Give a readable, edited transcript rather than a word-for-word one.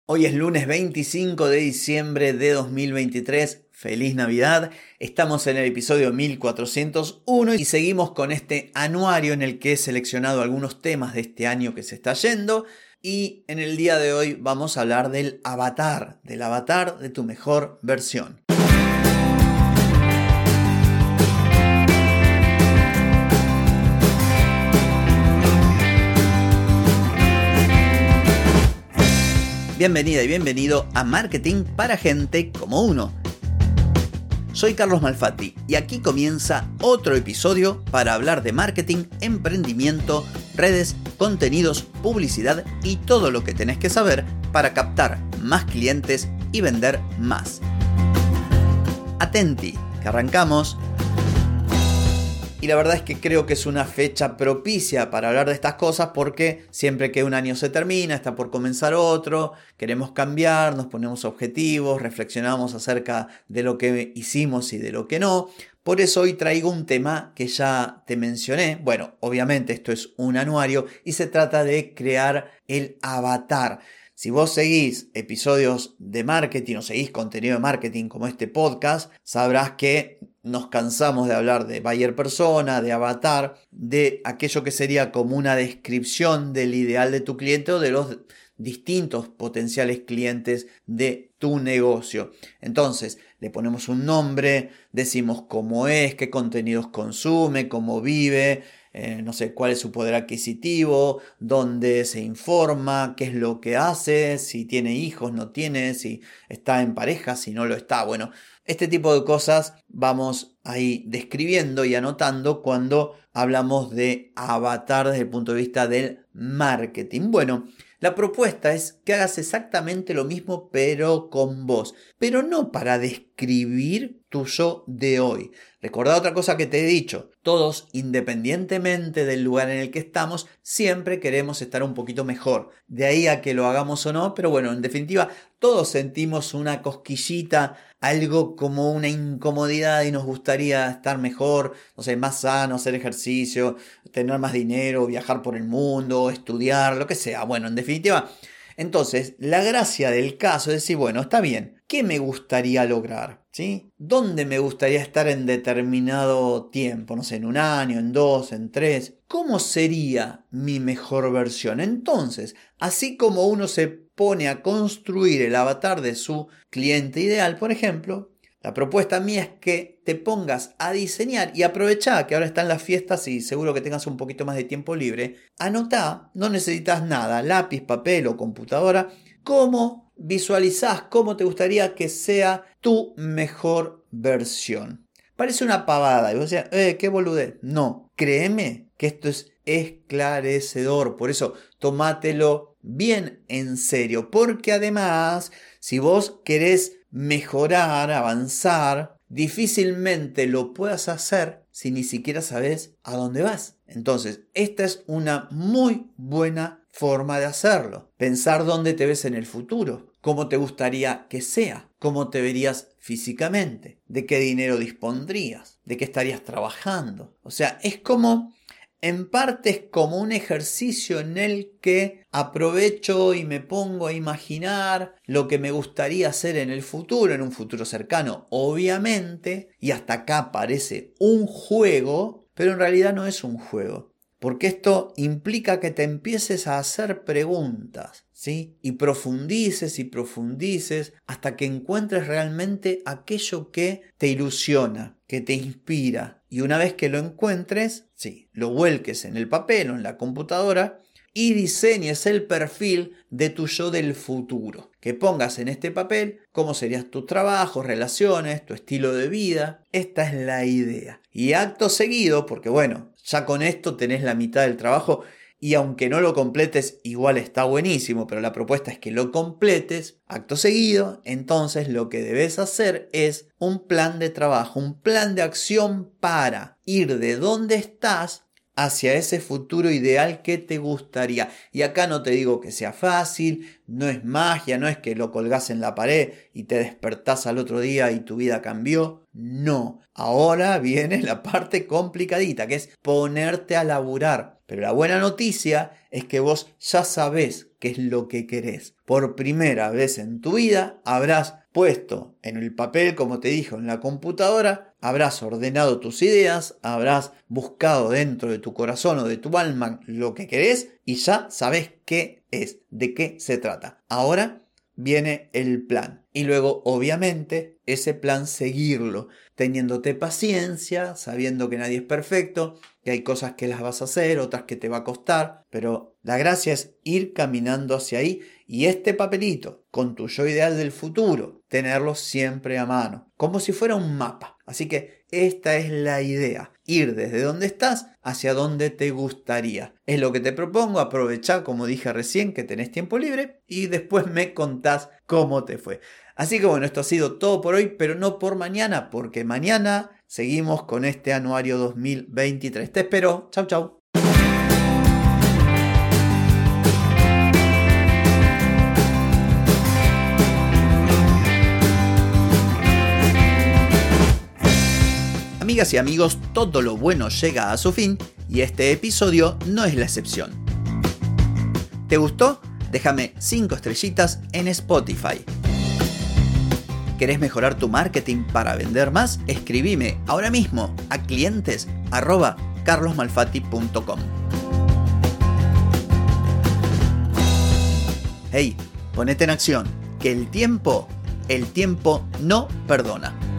Hoy es lunes 25 de diciembre de 2023. ¡Feliz Navidad! Estamos en el episodio 1401 y seguimos con este anuario en el que he seleccionado algunos temas de este año que se está yendo. Y en el día de hoy vamos a hablar del avatar de tu mejor versión. Bienvenida y bienvenido a Marketing para Gente como Uno. Soy Carlos Malfatti y aquí comienza otro episodio para hablar de marketing, emprendimiento, redes, contenidos, publicidad y todo lo que tenés que saber para captar más clientes y vender más. Atenti, que arrancamos. Y la verdad es que creo que es una fecha propicia para hablar de estas cosas porque siempre que un año se termina, está por comenzar otro, queremos cambiar, nos ponemos objetivos, reflexionamos acerca de lo que hicimos y de lo que no. Por eso hoy traigo un tema que ya te mencioné. Bueno, obviamente esto es un anuario y se trata de crear el avatar. Si vos seguís episodios de marketing o seguís contenido de marketing como este podcast, sabrás que nos cansamos de hablar de buyer persona, de avatar, de aquello que sería como una descripción del ideal de tu cliente o de los distintos potenciales clientes de tu negocio. Entonces, le ponemos un nombre, decimos cómo es, qué contenidos consume, cómo vive, no sé cuál es su poder adquisitivo, dónde se informa, qué es lo que hace, si tiene hijos, no tiene, si está en pareja, si no lo está. Bueno, este tipo de cosas vamos ahí describiendo y anotando cuando hablamos de avatar desde el punto de vista del marketing. Bueno, la propuesta es que hagas exactamente lo mismo pero con voz, pero no para describir tu yo de hoy. Recordá otra cosa que te he dicho, todos independientemente del lugar en el que estamos, siempre queremos estar un poquito mejor. De ahí a que lo hagamos o no, pero bueno, en definitiva, todos sentimos una cosquillita, algo como una incomodidad y nos gustaría estar mejor, no sé, más sano, hacer ejercicio, tener más dinero, viajar por el mundo, estudiar, lo que sea. Bueno, en definitiva, entonces, la gracia del caso es decir, bueno, está bien, ¿qué me gustaría lograr? ¿Sí? ¿Dónde me gustaría estar en determinado tiempo? No sé, en un año, en 2, en 3. ¿Cómo sería mi mejor versión? Entonces, así como uno se pone a construir el avatar de su cliente ideal, por ejemplo, la propuesta mía es que te pongas a diseñar y aprovechá que ahora están las fiestas y seguro que tengas un poquito más de tiempo libre. Anotá, no necesitas nada, lápiz, papel o computadora, cómo visualizás, cómo te gustaría que sea tu mejor versión. Parece una pavada y vos decís, qué boludez. No, créeme que esto es esclarecedor, por eso tomátelo bien en serio, porque además, si vos querés mejorar, avanzar, difícilmente lo puedas hacer si ni siquiera sabes a dónde vas. Entonces, esta es una muy buena forma de hacerlo. Pensar dónde te ves en el futuro, cómo te gustaría que sea, cómo te verías físicamente, de qué dinero dispondrías, de qué estarías trabajando. O sea, es como... En parte es como un ejercicio en el que aprovecho y me pongo a imaginar lo que me gustaría hacer en el futuro, en un futuro cercano, obviamente, y hasta acá parece un juego, pero en realidad no es un juego. Porque esto implica que te empieces a hacer preguntas, ¿sí? Y profundices hasta que encuentres realmente aquello que te ilusiona, que te inspira. Y una vez que lo encuentres, sí, lo vuelques en el papel o en la computadora y diseñes el perfil de tu yo del futuro. Que pongas en este papel cómo serían tus trabajos, relaciones, tu estilo de vida. Esta es la idea. Y acto seguido, porque bueno, ya con esto tenés la mitad del trabajo y aunque no lo completes igual está buenísimo, pero la propuesta es que lo completes. Acto seguido, entonces lo que debes hacer es un plan de trabajo, un plan de acción para ir de donde estás hacia ese futuro ideal que te gustaría. Y acá no te digo que sea fácil, no es magia, no es que lo colgás en la pared y te despertás al otro día y tu vida cambió. No, ahora viene la parte complicadita, que es ponerte a laburar. Pero la buena noticia es que vos ya sabés qué es lo que querés. Por primera vez en tu vida habrás puesto en el papel, como te dijo, en la computadora, habrás ordenado tus ideas, habrás buscado dentro de tu corazón o de tu alma lo que querés y ya sabés qué es, de qué se trata. Ahora viene el plan y luego obviamente ese plan seguirlo, teniéndote paciencia, sabiendo que nadie es perfecto, que hay cosas que las vas a hacer, otras que te va a costar, pero la gracia es ir caminando hacia ahí y este papelito con tu yo ideal del futuro, tenerlo siempre a mano, como si fuera un mapa. Así que esta es la idea, ir desde donde estás hacia donde te gustaría. Es lo que te propongo, aprovechá, como dije recién, que tenés tiempo libre y después me contás cómo te fue. Así que bueno, esto ha sido todo por hoy, pero no por mañana, porque mañana seguimos con este anuario 2023. Te espero. Chau, chau. Amigas y amigos, todo lo bueno llega a su fin y este episodio no es la excepción. ¿Te gustó? Déjame 5 estrellitas en Spotify. ¿Querés mejorar tu marketing para vender más? Escribime ahora mismo a clientes@carlosmalfatti.com. Hey, ponete en acción, que el tiempo no perdona.